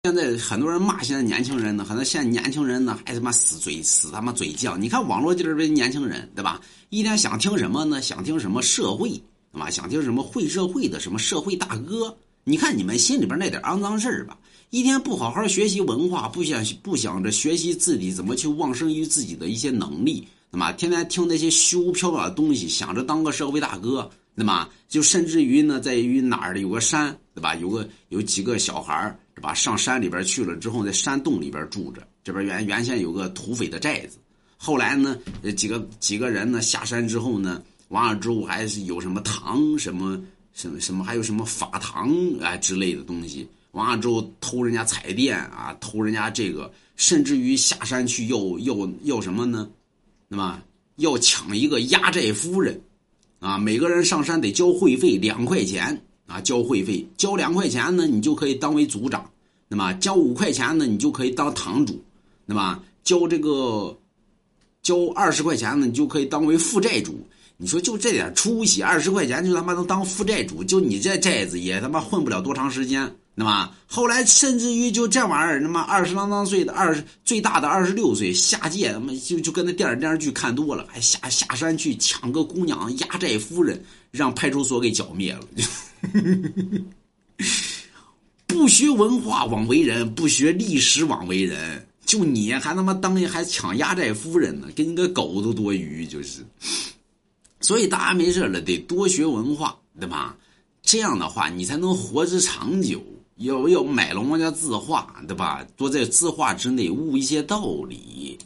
现在很多人骂现在年轻人呢，很多现在年轻人呢还他妈死他妈嘴犟。你看网络这边年轻人，对吧？一天想听什么呢？想听什么社会，对吧？想听什么会社会的什么社会大哥。你看你们心里边那点肮脏事儿吧，一天不好好学习文化，不想着学习自己怎么去旺盛于自己的一些能力，对吧？天天听那些虚无缥缈的东西，想着当个社会大哥，对吧？就甚至于呢，在于哪儿有个山，对吧？有几个小孩对吧？上山里边去了之后，在山洞里边住着。这边原先有个土匪的寨子，后来呢，几个人呢下山之后呢，完了之后还是有什么堂什么，还有什么法堂啊之类的东西。完了之后偷人家彩电啊，偷人家这个，甚至于下山去要什么呢？对吧？要抢一个压寨夫人啊！每个人上山得交会费2块钱。啊，交会费，交2块钱呢，你就可以当为组长，那么交5块钱呢，你就可以当堂主，那么交20块钱呢，你就可以当为副寨主。你说就这点出息，20块钱就他妈能当副寨主，就你这寨子也他妈混不了多长时间，那么后来甚至于就这玩意儿，他妈20啷当岁的最大的26岁下界，他妈就跟那电视剧看多了，还下山去抢个姑娘压寨夫人，让派出所给剿灭了。不学文化枉为人，不学历史枉为人。就你还他妈还抢压寨夫人呢，跟你个狗都多余，就是。所以大家没事了，得多学文化，对吧？这样的话，你才能活之长久。要买龙王家字画，对吧？多在字画之内悟一些道理。